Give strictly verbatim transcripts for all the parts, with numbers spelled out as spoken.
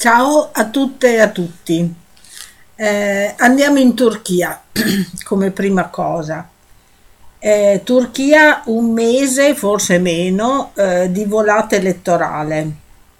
Ciao a tutte e a tutti. Eh, andiamo in Turchia come prima cosa. Eh, Turchia un mese, forse meno, eh, di volata elettorale.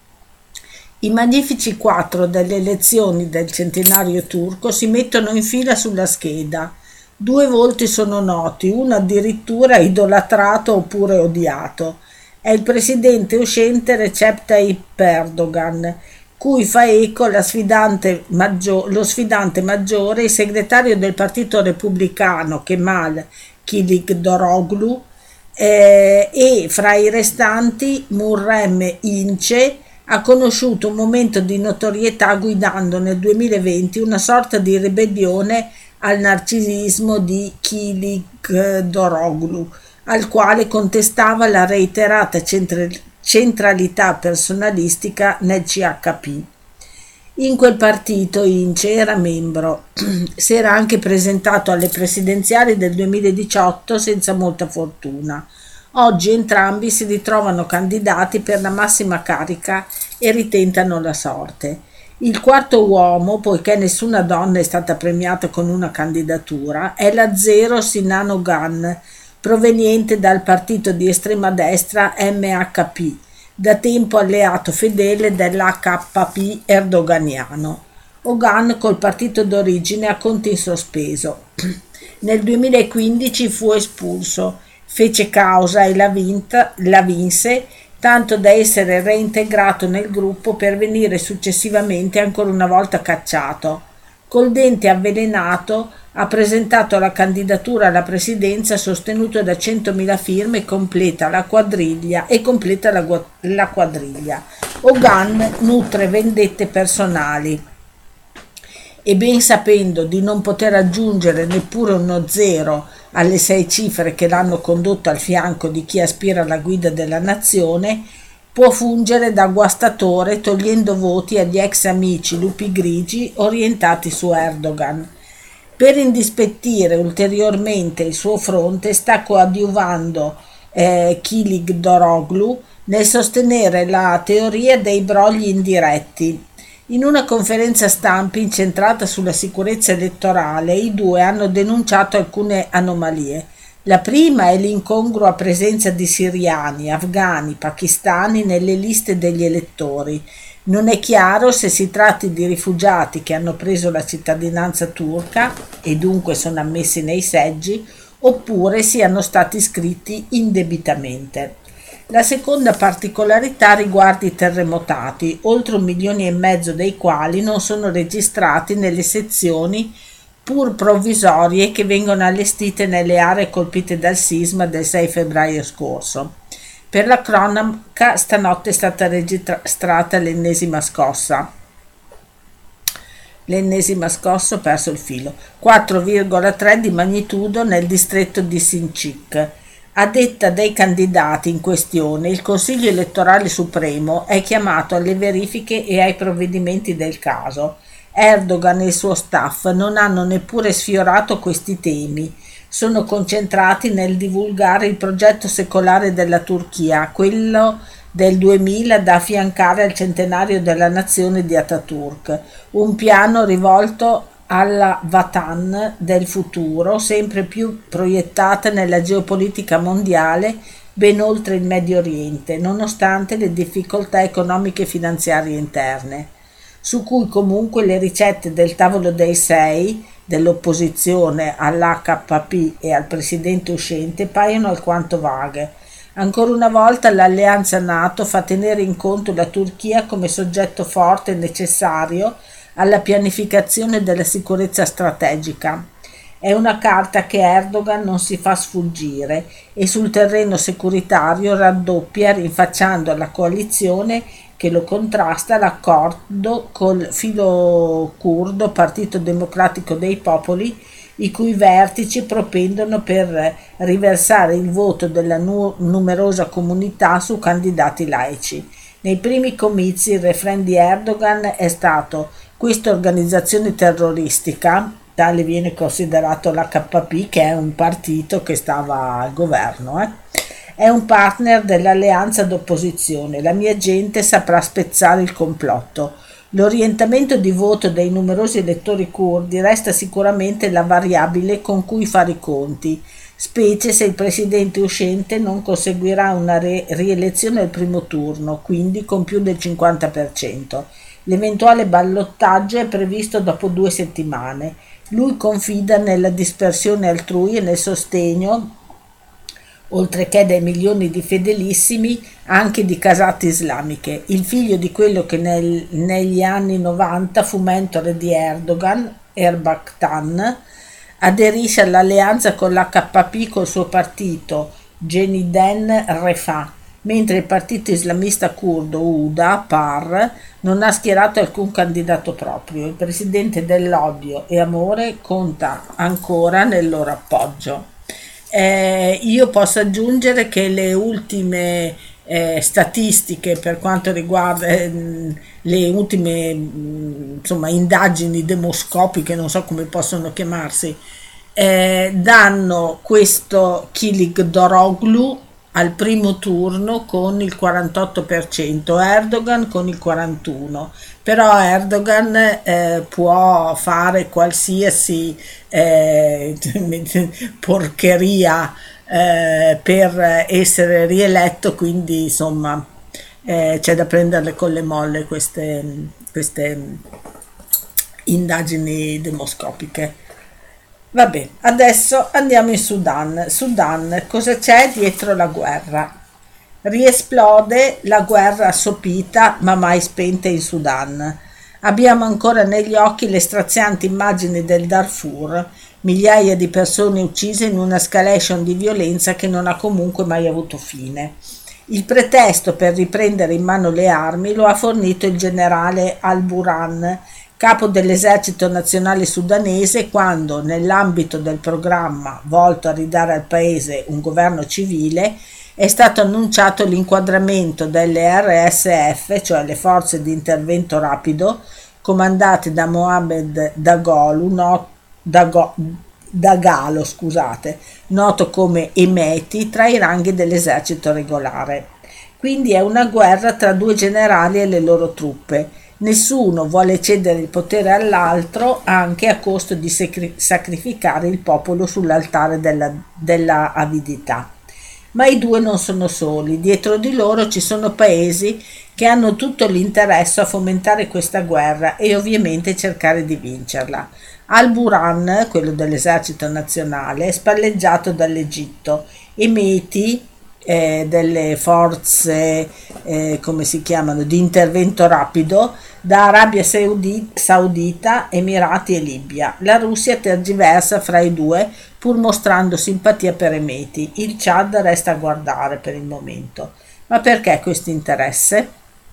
I magnifici quattro delle elezioni del centenario turco si mettono in fila sulla scheda. Due volti sono noti, uno addirittura idolatrato oppure odiato. È il presidente uscente Recep Tayyip Erdogan, cui fa eco la sfidante maggio- lo sfidante maggiore, il segretario del Partito Repubblicano Kemal Kılıçdaroğlu, eh, e fra i restanti Muharrem Ince ha conosciuto un momento di notorietà guidando nel duemilaventi una sorta di ribellione al narcisismo di Kılıçdaroğlu, al quale contestava la reiterata centra- centralità personalistica nel C H P. In quel partito Ince era membro, si era anche presentato alle presidenziali del duemiladiciotto senza molta fortuna. Oggi entrambi si ritrovano candidati per la massima carica e ritentano la sorte. Il quarto uomo, poiché nessuna donna è stata premiata con una candidatura, è l'azero Sinan Ogan, proveniente dal partito di estrema destra M H P, da tempo alleato fedele dell'A K P erdoganiano. Ogan col partito d'origine ha conti in sospeso. Nel duemilaquindici fu espulso, fece causa e la, vinta, la vinse, tanto da essere reintegrato nel gruppo per venire successivamente ancora una volta cacciato. Col dente avvelenato ha presentato la candidatura alla presidenza sostenuto da centomila firme e completa la quadriglia e completa la, la quadriglia. Ogan nutre vendette personali e ben sapendo di non poter aggiungere neppure uno zero alle sei cifre che l'hanno condotto al fianco di chi aspira alla guida della nazione, può fungere da guastatore togliendo voti agli ex amici lupi grigi orientati su Erdogan. Per indispettire ulteriormente il suo fronte sta coadiuvando eh, Kılıçdaroğlu nel sostenere la teoria dei brogli indiretti. In una conferenza stampa incentrata sulla sicurezza elettorale, i due hanno denunciato alcune anomalie. La prima è l'incongrua presenza di siriani, afghani, pakistani nelle liste degli elettori. Non è chiaro se si tratti di rifugiati che hanno preso la cittadinanza turca e dunque sono ammessi nei seggi, oppure siano stati iscritti indebitamente. La seconda particolarità riguarda i terremotati, oltre un milione e mezzo dei quali non sono registrati nelle sezioni pur provvisorie che vengono allestite nelle aree colpite dal sisma del sei febbraio scorso. Per la cronaca, stanotte è stata registrata l'ennesima scossa. L'ennesima scossa, ho perso il filo, quattro virgola tre di magnitudo nel distretto di Sinchik. A detta dei candidati in questione, il Consiglio elettorale supremo è chiamato alle verifiche e ai provvedimenti del caso. Erdogan e il suo staff non hanno neppure sfiorato questi temi. Sono concentrati nel divulgare il progetto secolare della Turchia, quello del duemila da affiancare al centenario della nazione di Ataturk, un piano rivolto alla Vatan del futuro, sempre più proiettata nella geopolitica mondiale, ben oltre il Medio Oriente, nonostante le difficoltà economiche e finanziarie interne, su cui comunque le ricette del tavolo dei sei, dell'opposizione all'A K P e al presidente uscente, paiono alquanto vaghe. Ancora una volta l'alleanza NATO fa tenere in conto la Turchia come soggetto forte e necessario alla pianificazione della sicurezza strategica. È una carta che Erdogan non si fa sfuggire e sul terreno securitario raddoppia rinfacciando alla coalizione che lo contrasta l'accordo col filo curdo Partito Democratico dei Popoli, i cui vertici propendono per riversare il voto della nu- numerosa comunità su candidati laici. Nei primi comizi il refrain di Erdogan è stato: questa organizzazione terroristica, tale viene considerato l'H P P, che è un partito che stava al governo, eh? È un partner dell'alleanza d'opposizione. La mia gente saprà spezzare il complotto. L'orientamento di voto dei numerosi elettori curdi resta sicuramente la variabile con cui fare i conti, specie se il presidente uscente non conseguirà una re- rielezione al primo turno, quindi con più del cinquanta per cento. L'eventuale ballottaggio è previsto dopo due settimane. Lui confida nella dispersione altrui e nel sostegno, oltre che dai milioni di fedelissimi, anche di casate islamiche. Il figlio di quello che nel- negli anni novanta fu mentore di Erdogan, Erbakan, aderisce all'alleanza con l'H P P col suo partito, Yeniden Refah, mentre il partito islamista curdo U D A, P A R, non ha schierato alcun candidato proprio. Il presidente dell'odio e amore conta ancora nel loro appoggio. Eh, io posso aggiungere che le ultime eh, statistiche per quanto riguarda ehm, le ultime mh, insomma, indagini demoscopiche, non so come possono chiamarsi, eh, danno questo Kilicdaroglu al primo turno con il quarantotto per cento, Erdogan con il quarantuno per cento. Però Erdogan eh, può fare qualsiasi eh, porcheria eh, per essere rieletto, quindi insomma eh, c'è da prenderle con le molle queste, queste indagini demoscopiche. Vabbè, adesso andiamo in Sudan. Sudan, cosa c'è dietro la guerra? Riesplode la guerra assopita ma mai spenta in Sudan. Abbiamo ancora negli occhi le strazianti immagini del Darfur, migliaia di persone uccise in una escalation di violenza che non ha comunque mai avuto fine. Il pretesto per riprendere in mano le armi lo ha fornito il generale al-Burhan, capo dell'esercito nazionale sudanese, quando, nell'ambito del programma volto a ridare al paese un governo civile, è stato annunciato l'inquadramento delle R S F, cioè le forze di intervento rapido, comandate da Mohamed Dagalo, no, Dago, Dagalo scusate, noto come Emeti, tra i ranghi dell'esercito regolare. Quindi è una guerra tra due generali e le loro truppe. Nessuno vuole cedere il potere all'altro, anche a costo di sacri- sacrificare il popolo sull'altare della, della avidità. Ma i due non sono soli, dietro di loro ci sono paesi che hanno tutto l'interesse a fomentare questa guerra e ovviamente cercare di vincerla. Al-Burhan, quello dell'esercito nazionale, è spalleggiato dall'Egitto. Emeti, eh, delle forze, eh, come si chiamano, di intervento rapido, da Arabia Saudi- Saudita, Emirati e Libia. La Russia tergiversa fra i due pur mostrando simpatia per Emeti. Il Chad resta a guardare per il momento. Ma perché questo interesse?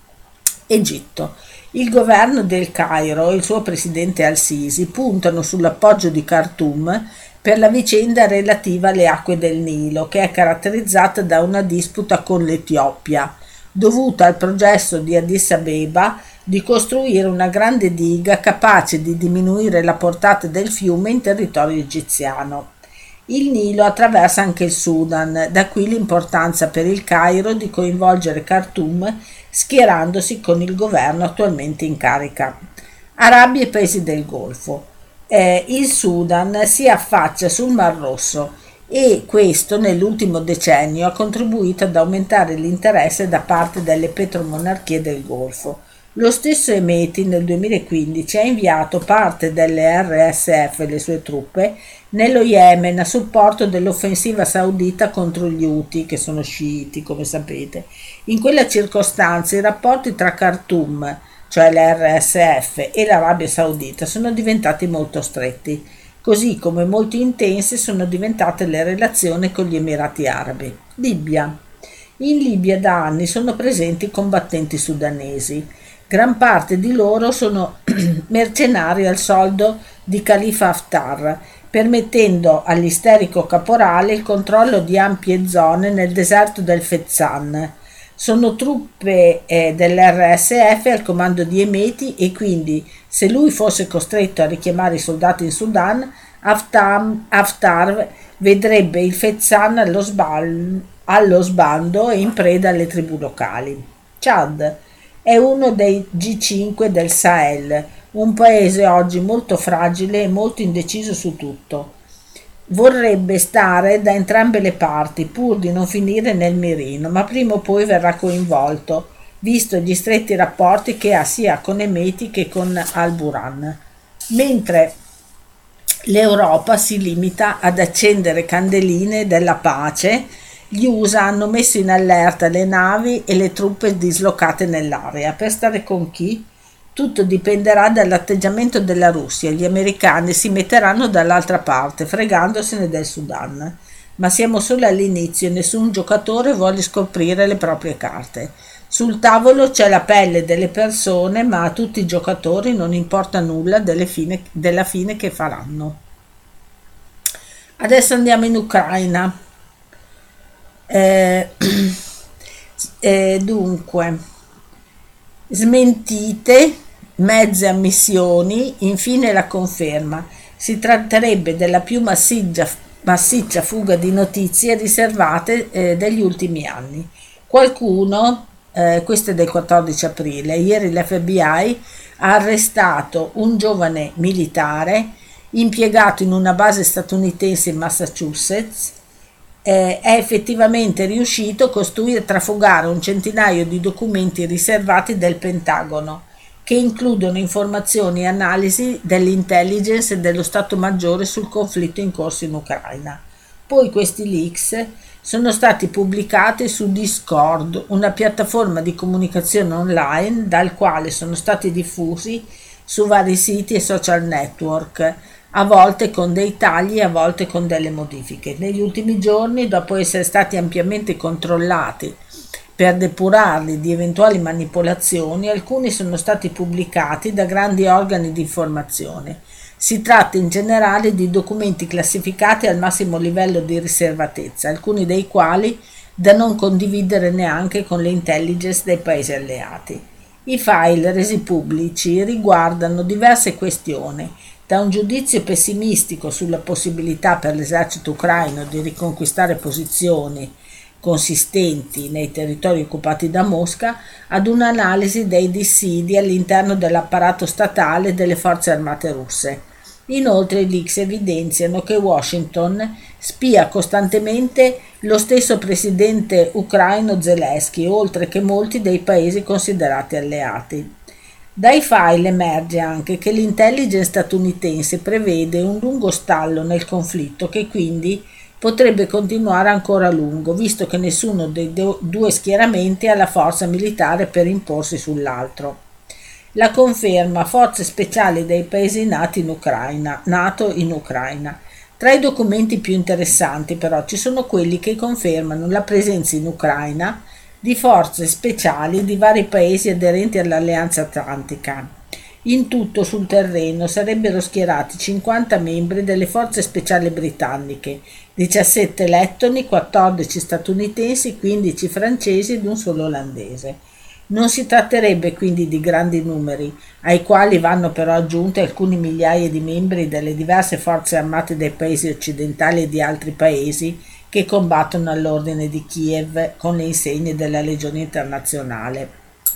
Egitto. Il governo del Cairo e il suo presidente al-Sisi puntano sull'appoggio di Khartoum per la vicenda relativa alle acque del Nilo, che è caratterizzata da una disputa con l'Etiopia, dovuta al progetto di Addis Abeba di costruire una grande diga capace di diminuire la portata del fiume in territorio egiziano. Il Nilo attraversa anche il Sudan, da qui l'importanza per il Cairo di coinvolgere Khartoum schierandosi con il governo attualmente in carica. Arabia e paesi del Golfo. Eh, il Sudan si affaccia sul Mar Rosso e questo nell'ultimo decennio ha contribuito ad aumentare l'interesse da parte delle petromonarchie del Golfo. Lo stesso Emeti nel duemilaquindici ha inviato parte delle R S F e le sue truppe nello Yemen a supporto dell'offensiva saudita contro gli Houthi, che sono sciiti, come sapete. In quella circostanza i rapporti tra Khartoum, cioè l'R S F, e l'Arabia Saudita sono diventati molto stretti, così come molto intense sono diventate le relazioni con gli Emirati Arabi. Libia. In Libia da anni sono presenti combattenti sudanesi. Gran parte di loro sono mercenari al soldo di Khalifa Haftar, permettendo all'isterico caporale il controllo di ampie zone nel deserto del Fezzan. Sono truppe eh, dell'R S F al comando di Emeti e quindi, se lui fosse costretto a richiamare i soldati in Sudan, Haftar, Haftar vedrebbe il Fezzan allo, sbal, allo sbando e in preda alle tribù locali. Chad. È uno dei G cinque del Sahel, un paese oggi molto fragile e molto indeciso su tutto. Vorrebbe stare da entrambe le parti pur di non finire nel mirino, ma prima o poi verrà coinvolto, visto gli stretti rapporti che ha sia con Hemeti che con al-Burhan. Mentre l'Europa si limita ad accendere candeline della pace, gli U S A hanno messo in allerta le navi e le truppe dislocate nell'area. Per stare con chi? Tutto dipenderà dall'atteggiamento della Russia. Gli americani si metteranno dall'altra parte, fregandosene del Sudan. Ma siamo solo all'inizio e nessun giocatore vuole scoprire le proprie carte. Sul tavolo c'è la pelle delle persone, ma a tutti i giocatori non importa nulla delle fine, della fine che faranno. Adesso andiamo in Ucraina. Eh, eh, dunque, smentite, mezze ammissioni, infine la conferma. Si tratterebbe della più massiccia, massiccia fuga di notizie riservate eh, degli ultimi anni. Qualcuno, eh, questo è del quattordici aprile, ieri l'F B I ha arrestato un giovane militare impiegato in una base statunitense in Massachusetts. Eh, è effettivamente riuscito a costruire e trafugare un centinaio di documenti riservati del Pentagono, che includono informazioni e analisi dell'intelligence e dello Stato Maggiore sul conflitto in corso in Ucraina. Poi questi leaks sono stati pubblicati su Discord, una piattaforma di comunicazione online dal quale sono stati diffusi su vari siti e social network, a volte con dei tagli e a volte con delle modifiche. Negli ultimi giorni, dopo essere stati ampiamente controllati per depurarli di eventuali manipolazioni, alcuni sono stati pubblicati da grandi organi di informazione. Si tratta in generale di documenti classificati al massimo livello di riservatezza, alcuni dei quali da non condividere neanche con le intelligence dei paesi alleati. I file resi pubblici riguardano diverse questioni, da un giudizio pessimistico sulla possibilità per l'esercito ucraino di riconquistare posizioni consistenti nei territori occupati da Mosca, ad un'analisi dei dissidi all'interno dell'apparato statale delle forze armate russe. Inoltre i leaks evidenziano che Washington spia costantemente lo stesso presidente ucraino Zelensky, oltre che molti dei paesi considerati alleati. Dai file emerge anche che l'intelligence statunitense prevede un lungo stallo nel conflitto che quindi potrebbe continuare ancora a lungo, visto che nessuno dei due schieramenti ha la forza militare per imporsi sull'altro. La conferma forze speciali dei paesi nati in Ucraina, NATO in Ucraina. Tra i documenti più interessanti però ci sono quelli che confermano la presenza in Ucraina di forze speciali di vari paesi aderenti all'Alleanza Atlantica. In tutto sul terreno sarebbero schierati cinquanta membri delle forze speciali britanniche, diciassette lettoni, quattordici statunitensi, quindici francesi ed un solo olandese. Non si tratterebbe quindi di grandi numeri, ai quali vanno però aggiunte alcune migliaia di membri delle diverse forze armate dei paesi occidentali e di altri paesi che combattono all'ordine di Kiev con le insegne della Legione Internazionale.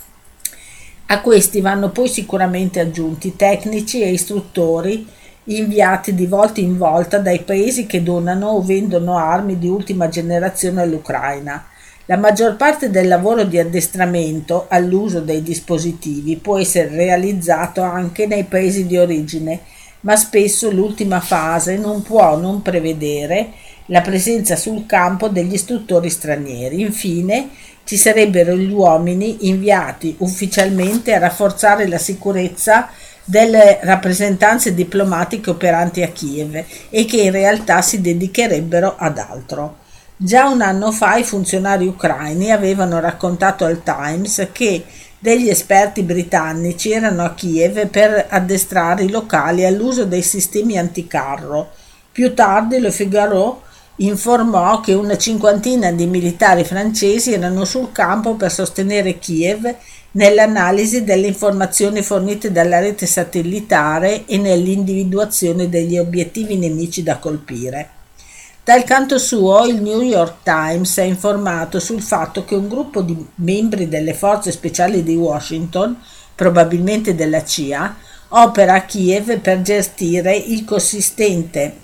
A questi vanno poi sicuramente aggiunti tecnici e istruttori inviati di volta in volta dai paesi che donano o vendono armi di ultima generazione all'Ucraina. La maggior parte del lavoro di addestramento all'uso dei dispositivi può essere realizzato anche nei paesi di origine, ma spesso l'ultima fase non può non prevedere la presenza sul campo degli istruttori stranieri. Infine, ci sarebbero gli uomini inviati ufficialmente a rafforzare la sicurezza delle rappresentanze diplomatiche operanti a Kiev e che in realtà si dedicherebbero ad altro. Già un anno fa i funzionari ucraini avevano raccontato al Times che degli esperti britannici erano a Kiev per addestrare i locali all'uso dei sistemi anticarro. Più tardi Le Figaro informò che una cinquantina di militari francesi erano sul campo per sostenere Kiev nell'analisi delle informazioni fornite dalla rete satellitare e nell'individuazione degli obiettivi nemici da colpire. Dal canto suo, il New York Times è informato sul fatto che un gruppo di membri delle forze speciali di Washington, probabilmente della C I A, opera a Kiev per gestire il consistente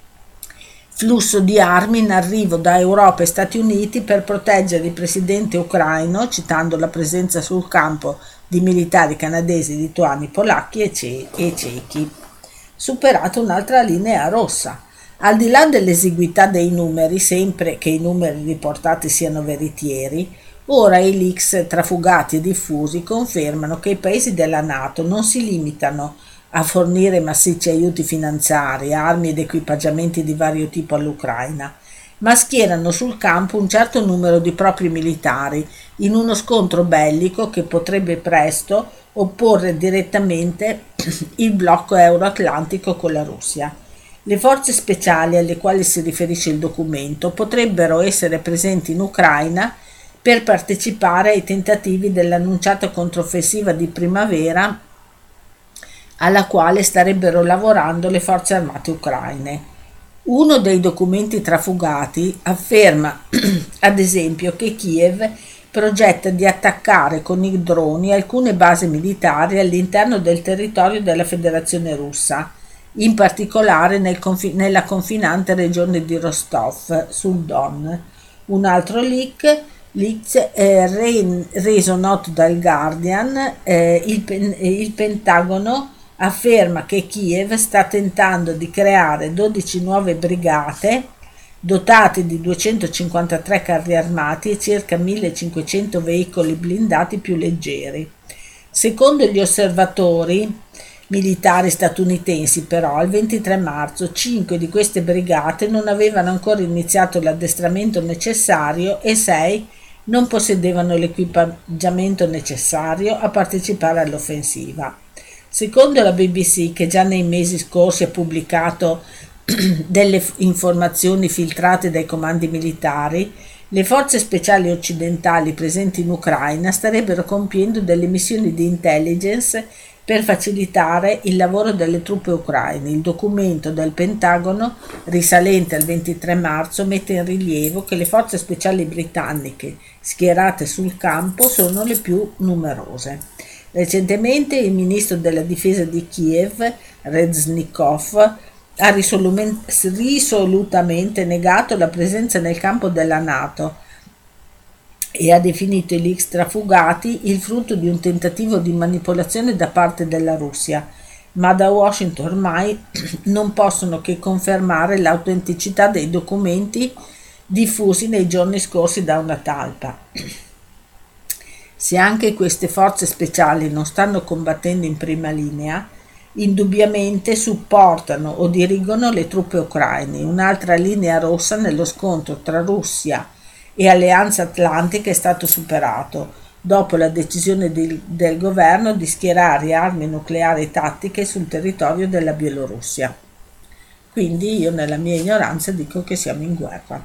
flusso di armi in arrivo da Europa e Stati Uniti per proteggere il presidente ucraino, citando la presenza sul campo di militari canadesi, lituani, polacchi e, ce- e cechi. Superata un'altra linea rossa. Al di là dell'esiguità dei numeri, sempre che i numeri riportati siano veritieri, ora i leaks trafugati e diffusi confermano che i paesi della NATO non si limitano a fornire massicci aiuti finanziari, armi ed equipaggiamenti di vario tipo all'Ucraina, ma schierano sul campo un certo numero di propri militari in uno scontro bellico che potrebbe presto opporre direttamente il blocco euroatlantico con la Russia. Le forze speciali alle quali si riferisce il documento potrebbero essere presenti in Ucraina per partecipare ai tentativi dell'annunciata controffensiva di primavera alla quale starebbero lavorando le forze armate ucraine. Uno dei documenti trafugati afferma, ad esempio, che Kiev progetta di attaccare con i droni alcune basi militari all'interno del territorio della Federazione Russa, in particolare nel confi- nella confinante regione di Rostov sul Don. Un altro leak, leak eh, re- reso noto dal Guardian, eh, il, pen- il Pentagono afferma che Kiev sta tentando di creare dodici nuove brigate dotate di duecentocinquantatré carri armati e circa millecinquecento veicoli blindati più leggeri. Secondo gli osservatori militari statunitensi, però, il ventitré marzo cinque di queste brigate non avevano ancora iniziato l'addestramento necessario e sei non possedevano l'equipaggiamento necessario a partecipare all'offensiva. Secondo la B B C, che già nei mesi scorsi ha pubblicato delle informazioni filtrate dai comandi militari, le forze speciali occidentali presenti in Ucraina starebbero compiendo delle missioni di intelligence per facilitare il lavoro delle truppe ucraine. Il documento del Pentagono, risalente al ventitré marzo, mette in rilievo che le forze speciali britanniche schierate sul campo sono le più numerose. Recentemente il ministro della difesa di Kiev, Reznikov, ha risolutamente negato la presenza nel campo della NATO e ha definito i leaks trafugati il frutto di un tentativo di manipolazione da parte della Russia, ma da Washington ormai non possono che confermare l'autenticità dei documenti diffusi nei giorni scorsi da una talpa. Se anche queste forze speciali non stanno combattendo in prima linea, indubbiamente supportano o dirigono le truppe ucraine. Un'altra linea rossa nello scontro tra Russia e Alleanza Atlantica è stato superato, dopo la decisione di, del governo di schierare armi nucleari tattiche sul territorio della Bielorussia. Quindi io nella mia ignoranza dico che siamo in guerra.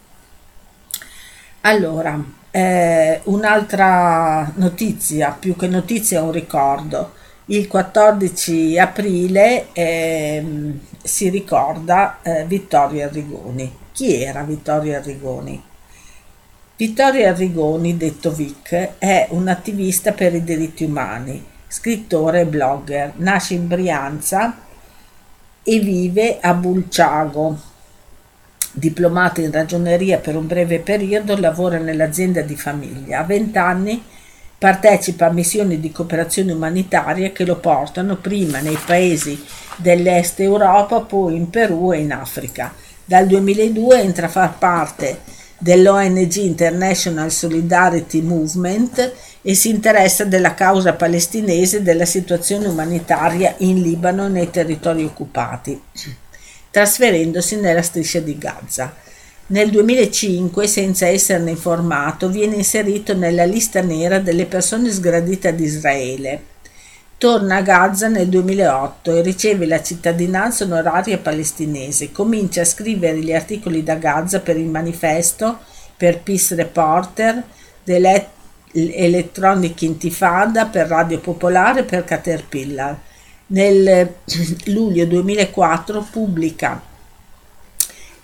Allora, eh, un'altra notizia, più che notizia un ricordo. Il quattordici aprile eh, si ricorda eh, Vittorio Arrigoni. Chi era Vittorio Arrigoni? Vittorio Arrigoni, detto Vic, è un attivista per i diritti umani, scrittore e blogger. Nasce in Brianza e vive a Bulciago. Diplomato in ragioneria per un breve periodo, lavora nell'azienda di famiglia. A vent'anni partecipa a missioni di cooperazione umanitaria che lo portano prima nei paesi dell'Est Europa, poi in Perù e in Africa. Dal duemiladue entra a far parte dell'O N G International Solidarity Movement e si interessa della causa palestinese e della situazione umanitaria in Libano e nei territori occupati, trasferendosi nella striscia di Gaza. Nel duemilacinque, senza esserne informato, viene inserito nella lista nera delle persone sgradite ad Israele. Torna a Gaza nel duemilaotto e riceve la cittadinanza onoraria palestinese. Comincia a scrivere gli articoli da Gaza per il Manifesto, per Peace Reporter, The Electronic Intifada, per Radio Popolare e per Caterpillar. Nel luglio duemilaquattro pubblica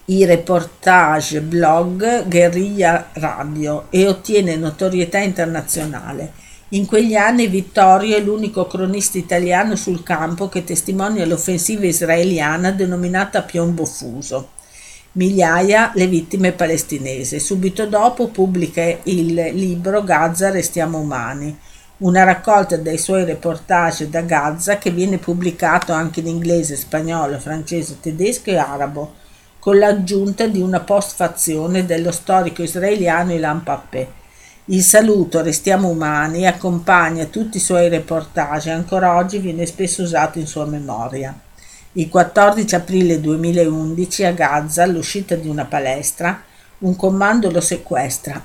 i reportage blog Guerriglia Radio e ottiene notorietà internazionale. In quegli anni Vittorio è l'unico cronista italiano sul campo che testimonia l'offensiva israeliana denominata Piombo Fuso. Migliaia le vittime palestinesi. Subito dopo pubblica il libro Gaza restiamo umani, una raccolta dei suoi reportage da Gaza che viene pubblicato anche in inglese, spagnolo, francese, tedesco e arabo, con l'aggiunta di una postfazione dello storico israeliano Ilan Pappé. Il saluto "Restiamo umani" accompagna tutti i suoi reportage e ancora oggi viene spesso usato in sua memoria. Il quattordici aprile duemilaundici a Gaza, all'uscita di una palestra, un comando lo sequestra.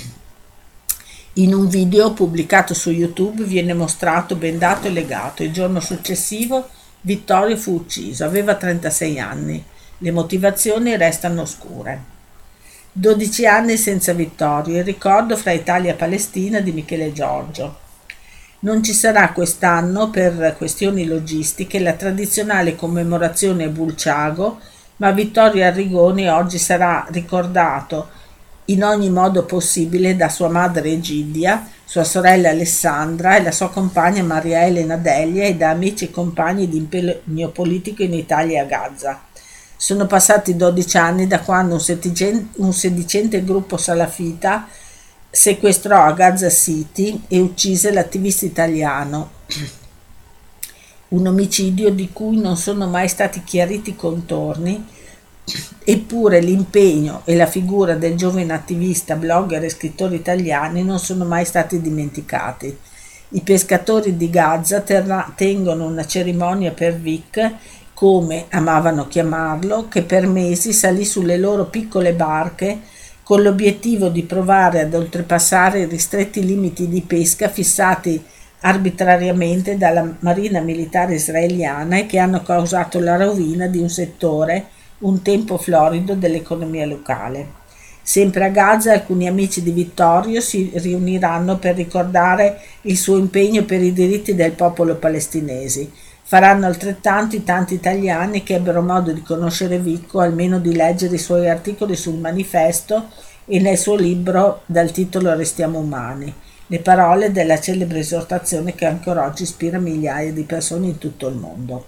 In un video pubblicato su YouTube viene mostrato bendato e legato. Il giorno successivo Vittorio fu ucciso, aveva trentasei anni. Le motivazioni restano oscure. dodici anni senza Vittorio, il ricordo fra Italia e Palestina di Michele Giorgio. Non ci sarà quest'anno, per questioni logistiche, la tradizionale commemorazione a Bulciago, ma Vittorio Arrigoni oggi sarà ricordato in ogni modo possibile da sua madre Egidia, sua sorella Alessandra e la sua compagna Maria Elena Delia e da amici e compagni di impegno politico in Italia e a Gaza. Sono passati dodici anni da quando un sedicente, un sedicente gruppo salafita sequestrò a Gaza City e uccise l'attivista italiano, un omicidio di cui non sono mai stati chiariti i contorni, eppure l'impegno e la figura del giovane attivista, blogger e scrittore italiani non sono mai stati dimenticati. I pescatori di Gaza terra, tengono una cerimonia per Vic, come amavano chiamarlo, che per mesi salì sulle loro piccole barche con l'obiettivo di provare ad oltrepassare i ristretti limiti di pesca fissati arbitrariamente dalla Marina Militare israeliana e che hanno causato la rovina di un settore un tempo florido dell'economia locale. Sempre a Gaza alcuni amici di Vittorio si riuniranno per ricordare il suo impegno per i diritti del popolo palestinese. Faranno altrettanto i tanti italiani che ebbero modo di conoscere Vico, o almeno di leggere i suoi articoli sul Manifesto e nel suo libro dal titolo Restiamo umani, le parole della celebre esortazione che ancora oggi ispira migliaia di persone in tutto il mondo.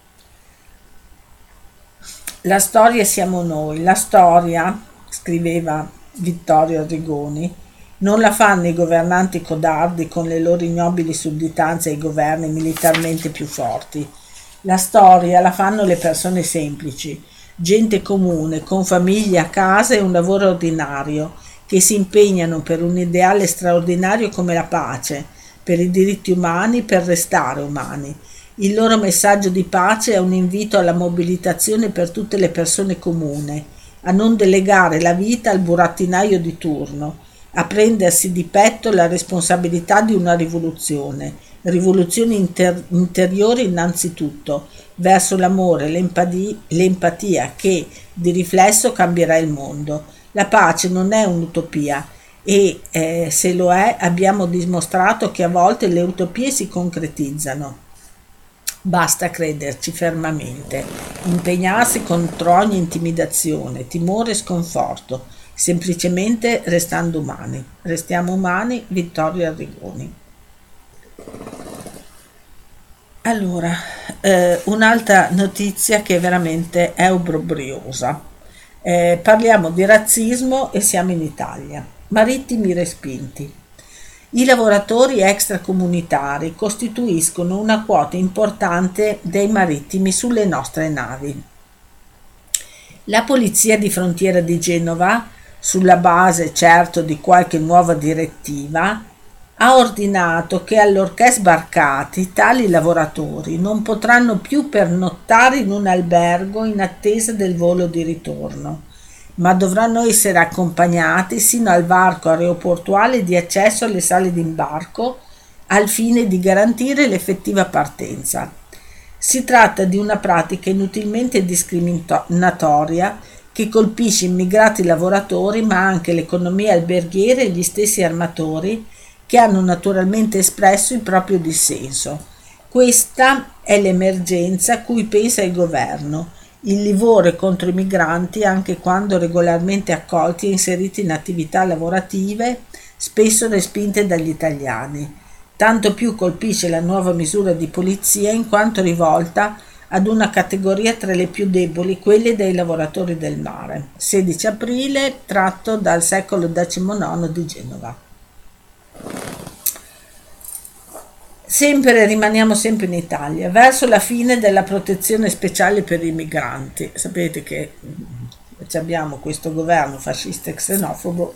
La storia siamo noi, la storia, scriveva Vittorio Arrigoni, non la fanno i governanti codardi con le loro ignobili sudditanze ai governi militarmente più forti. La storia la fanno le persone semplici, gente comune, con famiglie a casa e un lavoro ordinario, che si impegnano per un ideale straordinario come la pace, per i diritti umani, per restare umani. Il loro messaggio di pace è un invito alla mobilitazione per tutte le persone comuni, a non delegare la vita al burattinaio di turno, a prendersi di petto la responsabilità di una rivoluzione, rivoluzione inter- interiore innanzitutto, verso l'amore, l'empati- l'empatia che, di riflesso, cambierà il mondo. La pace non è un'utopia e, eh, se lo è, abbiamo dimostrato che a volte le utopie si concretizzano. Basta crederci fermamente, impegnarsi contro ogni intimidazione, timore e sconforto, semplicemente restando umani. Restiamo umani, Vittorio Arrigoni. Allora, eh, un'altra notizia che veramente è obbrobriosa. Eh, parliamo di razzismo e siamo in Italia. Marittimi respinti. I lavoratori extracomunitari costituiscono una quota importante dei marittimi sulle nostre navi. La Polizia di Frontiera di Genova, sulla base certo di qualche nuova direttiva, ha ordinato che allorché sbarcati tali lavoratori non potranno più pernottare in un albergo in attesa del volo di ritorno, ma dovranno essere accompagnati sino al varco aeroportuale di accesso alle sale d'imbarco al fine di garantire l'effettiva partenza. Si tratta di una pratica inutilmente discriminatoria che colpisce immigrati lavoratori ma anche l'economia alberghiera e gli stessi armatori che hanno naturalmente espresso il proprio dissenso. Questa è l'emergenza a cui pensa il governo, il livore contro i migranti anche quando regolarmente accolti e inseriti in attività lavorative, spesso respinte dagli italiani. Tanto più colpisce la nuova misura di polizia in quanto rivolta ad una categoria tra le più deboli, quelle dei lavoratori del mare. sedici aprile, tratto dal Secolo diciannove di Genova. Sempre rimaniamo sempre in Italia, verso la fine della protezione speciale per i migranti. Sapete che abbiamo questo governo fascista e xenofobo.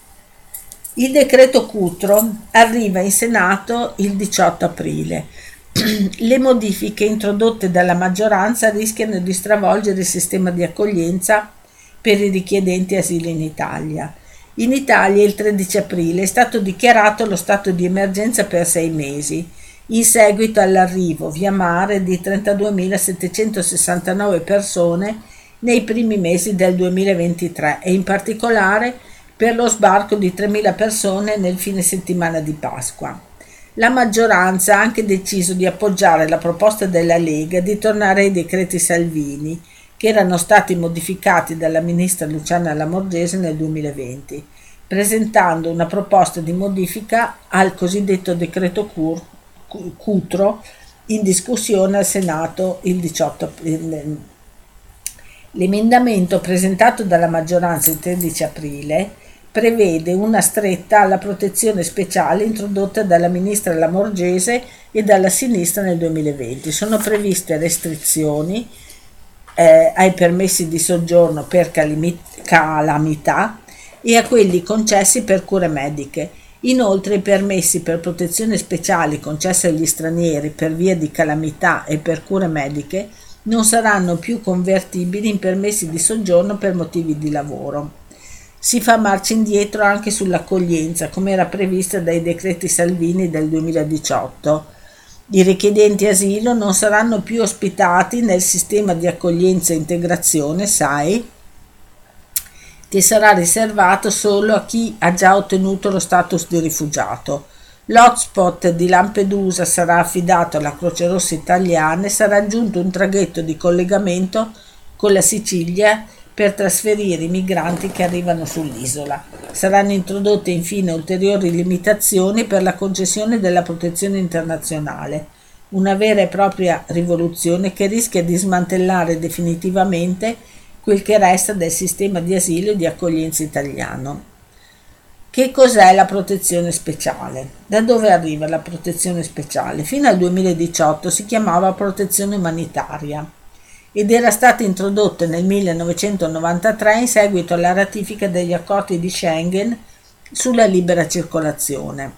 Il decreto Cutro arriva in Senato il diciotto aprile. Le modifiche introdotte dalla maggioranza rischiano di stravolgere il sistema di accoglienza per i richiedenti asilo in Italia. In Italia il tredici aprile è stato dichiarato lo stato di emergenza per sei mesi, in seguito all'arrivo via mare di trentaduemilasettecentosessantanove persone nei primi mesi del duemilaventitré e in particolare per lo sbarco di tremila persone nel fine settimana di Pasqua. La maggioranza ha anche deciso di appoggiare la proposta della Lega di tornare ai decreti Salvini, che erano stati modificati dalla ministra Luciana Lamorgese nel duemilaventi, presentando una proposta di modifica al cosiddetto decreto Cur- Cutro in discussione al Senato il diciotto aprile. L'emendamento presentato dalla maggioranza il tredici aprile prevede una stretta alla protezione speciale introdotta dalla ministra Lamorgese e dalla sinistra nel duemilaventi. Sono previste restrizioni eh, ai permessi di soggiorno per calamità e a quelli concessi per cure mediche. Inoltre i permessi per protezione speciali concessi agli stranieri per via di calamità e per cure mediche non saranno più convertibili in permessi di soggiorno per motivi di lavoro. Si fa marcia indietro anche sull'accoglienza, come era prevista dai decreti Salvini del duemiladiciotto. I richiedenti asilo non saranno più ospitati nel sistema di accoglienza e integrazione S A I, che sarà riservato solo a chi ha già ottenuto lo status di rifugiato. L'hotspot di Lampedusa sarà affidato alla Croce Rossa italiana e sarà aggiunto un traghetto di collegamento con la Sicilia per trasferire i migranti che arrivano sull'isola. Saranno introdotte infine ulteriori limitazioni per la concessione della protezione internazionale, una vera e propria rivoluzione che rischia di smantellare definitivamente quel che resta del sistema di asilo e di accoglienza italiano. Che cos'è la protezione speciale? Da dove arriva la protezione speciale? Fino al duemiladiciotto si chiamava protezione umanitaria ed era stata introdotta nel millenovecentonovantatré in seguito alla ratifica degli accordi di Schengen sulla libera circolazione.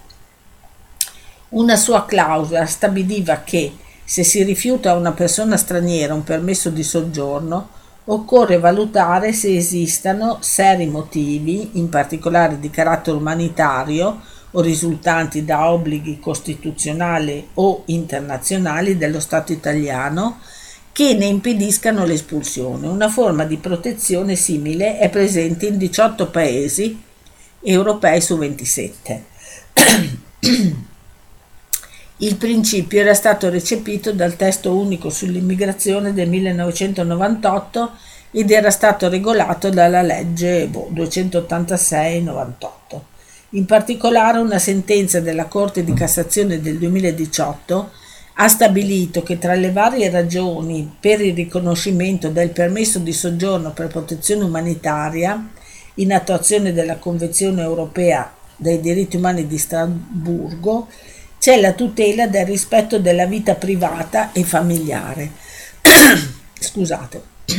Una sua clausola stabiliva che se si rifiuta a una persona straniera un permesso di soggiorno occorre valutare se esistano seri motivi, in particolare di carattere umanitario o risultanti da obblighi costituzionali o internazionali dello Stato italiano, che ne impediscano l'espulsione. Una forma di protezione simile è presente in diciotto paesi europei su ventisette. Il principio era stato recepito dal testo unico sull'immigrazione del millenovecentonovantotto ed era stato regolato dalla legge boh, duecentottantasei novantotto. In particolare una sentenza della Corte di Cassazione del duemiladiciotto ha stabilito che tra le varie ragioni per il riconoscimento del permesso di soggiorno per protezione umanitaria, in attuazione della Convenzione europea dei diritti umani di Strasburgo, c'è la tutela del rispetto della vita privata e familiare. Scusate.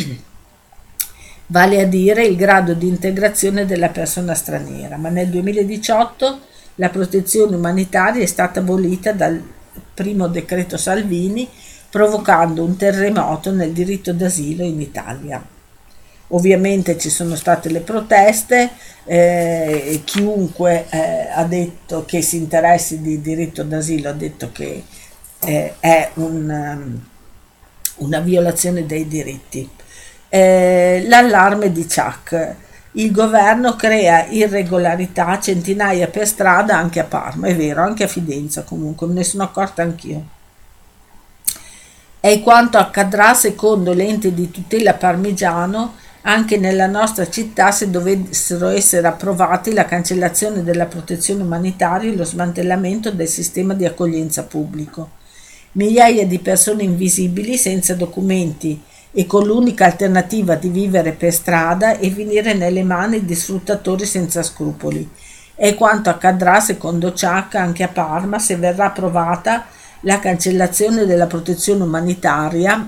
Vale a dire il grado di integrazione della persona straniera, ma nel duemiladiciotto la protezione umanitaria è stata abolita dal primo decreto Salvini, provocando un terremoto nel diritto d'asilo in Italia. Ovviamente ci sono state le proteste, eh, chiunque eh, ha detto che si interessi di diritto d'asilo ha detto che eh, è un, um, una violazione dei diritti. Eh, l'allarme di Ciak. Il governo crea irregolarità, centinaia per strada anche a Parma, è vero, anche a Fidenza comunque, me ne sono accorta anch'io. È quanto accadrà secondo l'ente di tutela parmigiano anche nella nostra città se dovessero essere approvati la cancellazione della protezione umanitaria e lo smantellamento del sistema di accoglienza pubblico. Migliaia di persone invisibili senza documenti e con l'unica alternativa di vivere per strada e finire nelle mani di sfruttatori senza scrupoli. È quanto accadrà secondo Ciak anche a Parma se verrà approvata la cancellazione della protezione umanitaria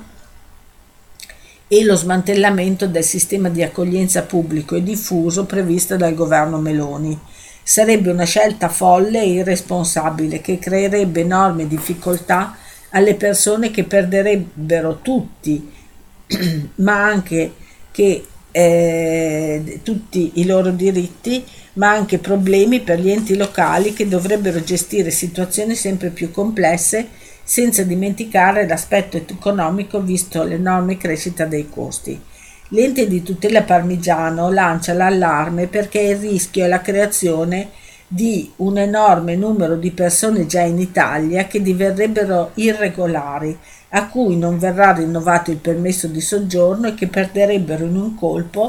e lo smantellamento del sistema di accoglienza pubblico e diffuso previsto dal governo Meloni. Sarebbe una scelta folle e irresponsabile che creerebbe enormi difficoltà alle persone che perderebbero tutti, ma anche che eh, tutti i loro diritti, ma anche problemi per gli enti locali che dovrebbero gestire situazioni sempre più complesse, senza dimenticare l'aspetto economico visto l'enorme crescita dei costi. L'ente di tutela parmigiano lancia l'allarme perché il rischio è la creazione di un enorme numero di persone già in Italia che diverrebbero irregolari, a cui non verrà rinnovato il permesso di soggiorno e che perderebbero in un colpo,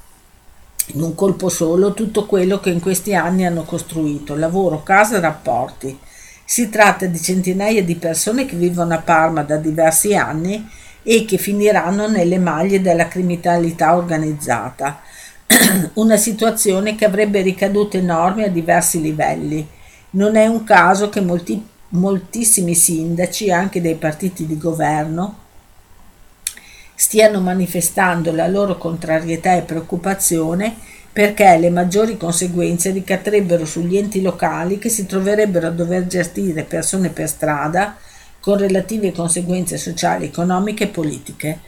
in un colpo solo, tutto quello che in questi anni hanno costruito: lavoro, casa e rapporti. Si tratta di centinaia di persone che vivono a Parma da diversi anni e che finiranno nelle maglie della criminalità organizzata. Una situazione che avrebbe ricadute enormi a diversi livelli. Non è un caso che molti, moltissimi sindaci, anche dei partiti di governo, stiano manifestando la loro contrarietà e preoccupazione perché le maggiori conseguenze ricadrebbero sugli enti locali che si troverebbero a dover gestire persone per strada con relative conseguenze sociali, economiche e politiche.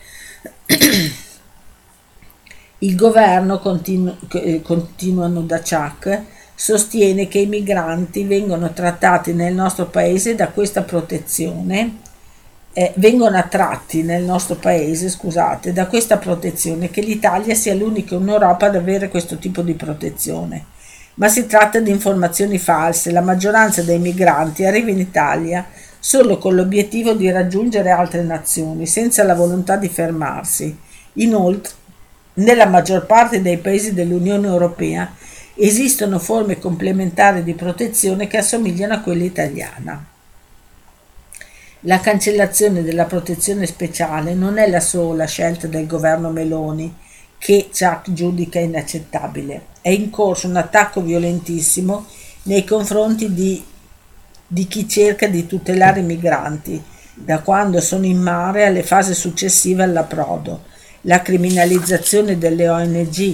Il governo, continu- eh, continuano da Ciak, sostiene che i migranti vengono trattati nel nostro paese da questa protezione, eh, vengono attratti nel nostro paese, scusate, da questa protezione, che l'Italia sia l'unica in Europa ad avere questo tipo di protezione. Ma si tratta di informazioni false. La maggioranza dei migranti arriva in Italia solo con l'obiettivo di raggiungere altre nazioni, senza la volontà di fermarsi. Inoltre, nella maggior parte dei paesi dell'Unione Europea esistono forme complementari di protezione che assomigliano a quella italiana. La cancellazione della protezione speciale non è la sola scelta del governo Meloni, che Ciak giudica inaccettabile. È in corso un attacco violentissimo nei confronti di, di chi cerca di tutelare i migranti, da quando sono in mare alle fasi successive all'approdo. La criminalizzazione delle O N G,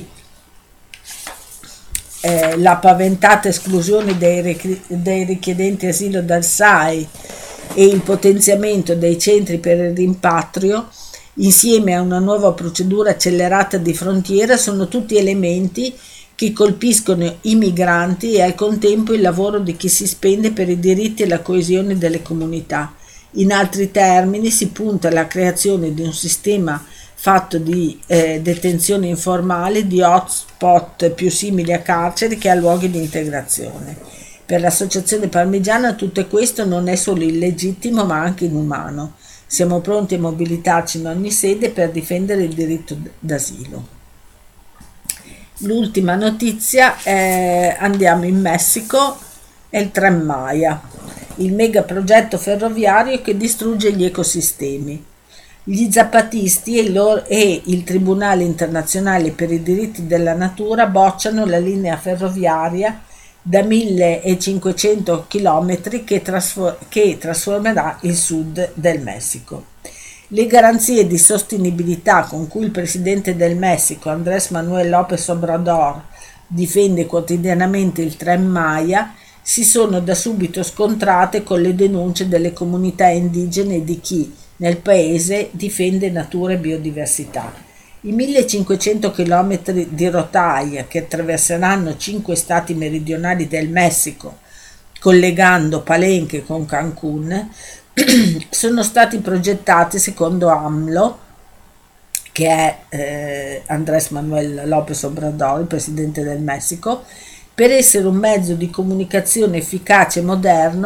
eh, la paventata esclusione dei, ri- dei richiedenti asilo dal S A I e il potenziamento dei centri per il rimpatrio, insieme a una nuova procedura accelerata di frontiera, sono tutti elementi che colpiscono i migranti e al contempo il lavoro di chi si spende per i diritti e la coesione delle comunità. In altri termini, si punta alla creazione di un sistema fatto di eh, detenzione informale, di hotspot più simili a carceri che a luoghi di integrazione. Per l'associazione parmigiana tutto questo non è solo illegittimo ma anche inumano. Siamo pronti a mobilitarci in ogni sede per difendere il diritto d'asilo. L'ultima notizia è, andiamo in Messico, è il Tren Maya, il megaprogetto ferroviario che distrugge gli ecosistemi. Gli zapatisti e, loro, e il Tribunale internazionale per i diritti della natura bocciano la linea ferroviaria da millecinquecento chilometri che, trasfor- che trasformerà il sud del Messico. Le garanzie di sostenibilità con cui il presidente del Messico, Andrés Manuel López Obrador, difende quotidianamente il Tren Maya si sono da subito scontrate con le denunce delle comunità indigene e di chi nel paese difende natura e biodiversità. I millecinquecento chilometri di rotaia che attraverseranno cinque stati meridionali del Messico, collegando Palenque con Cancún, sono stati progettati secondo AMLO, che è eh, Andrés Manuel López Obrador, il presidente del Messico, per essere un mezzo di comunicazione efficace e moderno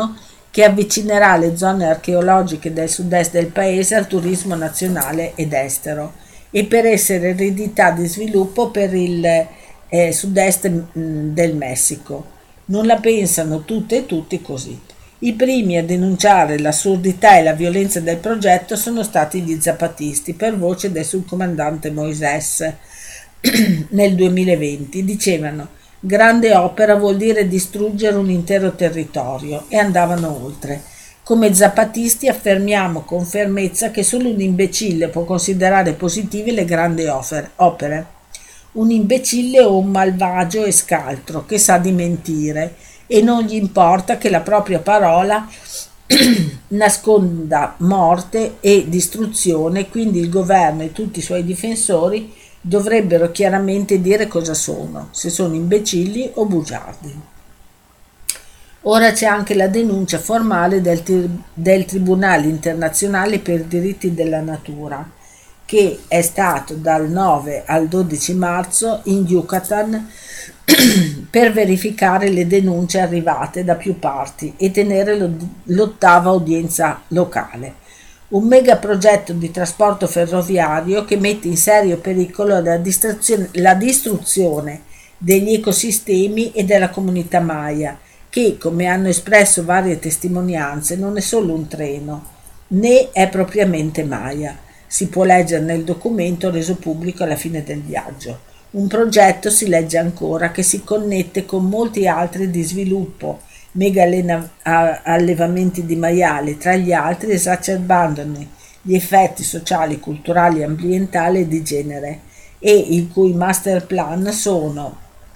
che avvicinerà le zone archeologiche del sud-est del paese al turismo nazionale ed estero e per essere eredità di sviluppo per il eh, sud-est mh, del Messico. Non la pensano tutte e tutti così. I primi a denunciare l'assurdità e la violenza del progetto sono stati gli zapatisti, per voce del subcomandante Moisés nel duemilaventi. Dicevano: grande opera vuol dire distruggere un intero territorio, e andavano oltre. Come zapatisti affermiamo con fermezza che solo un imbecille può considerare positive le grandi opere. Un imbecille o un malvagio e scaltro che sa di mentire e non gli importa che la propria parola nasconda morte e distruzione, quindi il governo e tutti i suoi difensori dovrebbero chiaramente dire cosa sono, se sono imbecilli o bugiardi. Ora c'è anche la denuncia formale del, del Tribunale internazionale per i diritti della natura, che è stato dal nove al dodici marzo in Yucatan per verificare le denunce arrivate da più parti e tenere l'ottava udienza locale. Un megaprogetto di trasporto ferroviario che mette in serio pericolo la distruzione, la distruzione degli ecosistemi e della comunità Maya, che, come hanno espresso varie testimonianze, non è solo un treno, né è propriamente Maya. Si può leggere nel documento reso pubblico alla fine del viaggio. Un progetto, si legge ancora, che si connette con molti altri di sviluppo, mega allevamenti di maiali, tra gli altri esacerbandone gli effetti sociali, culturali, ambientali e di genere, e il cui master plan sono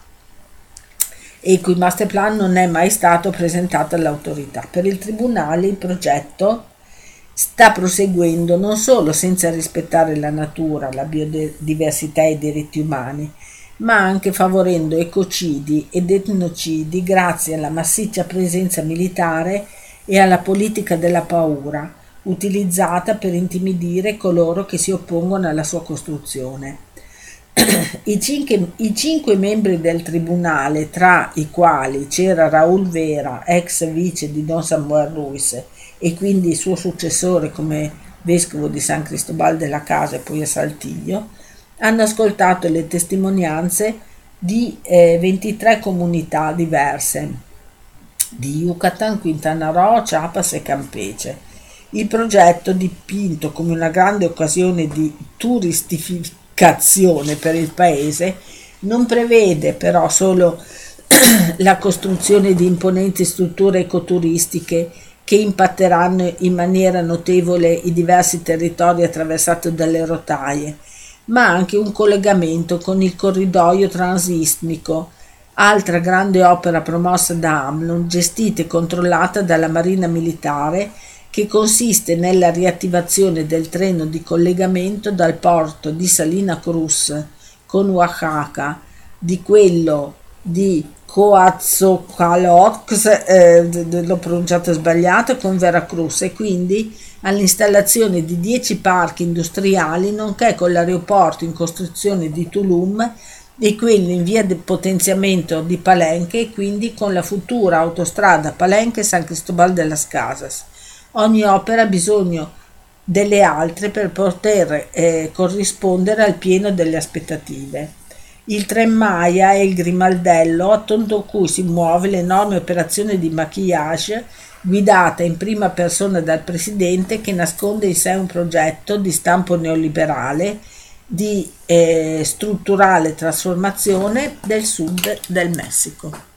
e il cui master plan non è mai stato presentato all'autorità. Per il tribunale il progetto sta proseguendo non solo senza rispettare la natura, la biodiversità e i diritti umani, ma anche favorendo ecocidi ed etnocidi grazie alla massiccia presenza militare e alla politica della paura, utilizzata per intimidire coloro che si oppongono alla sua costruzione. I cinque, I cinque membri del tribunale, tra i quali c'era Raúl Vera, ex vice di Don Samuel Ruiz, e quindi il suo successore come vescovo di San Cristobal de la Casa e poi a Saltillo, hanno ascoltato le testimonianze di eh, ventitré comunità diverse di Yucatan, Quintana Roo, Chiapas e Campeche. Il progetto, dipinto come una grande occasione di turistificazione per il paese, non prevede però solo la costruzione di imponenti strutture ecoturistiche che impatteranno in maniera notevole i diversi territori attraversati dalle rotaie, ma anche un collegamento con il corridoio transistmico, altra grande opera promossa da AMLO, gestita e controllata dalla Marina Militare, che consiste nella riattivazione del treno di collegamento dal porto di Salina Cruz con Oaxaca, di quello di Coatzacoalcos, eh, l'ho pronunciato sbagliato, con Veracruz, e quindi all'installazione di dieci parchi industriali, nonché con l'aeroporto in costruzione di Tulum e quello in via di potenziamento di Palenque, e quindi con la futura autostrada Palenque-San Cristobal de las Casas. Ogni opera ha bisogno delle altre per poter eh, corrispondere al pieno delle aspettative. Il Tren Maya è il grimaldello attorno a cui si muove l'enorme operazione di maquillage guidata in prima persona dal presidente, che nasconde in sé un progetto di stampo neoliberale di eh, strutturale trasformazione del sud del Messico.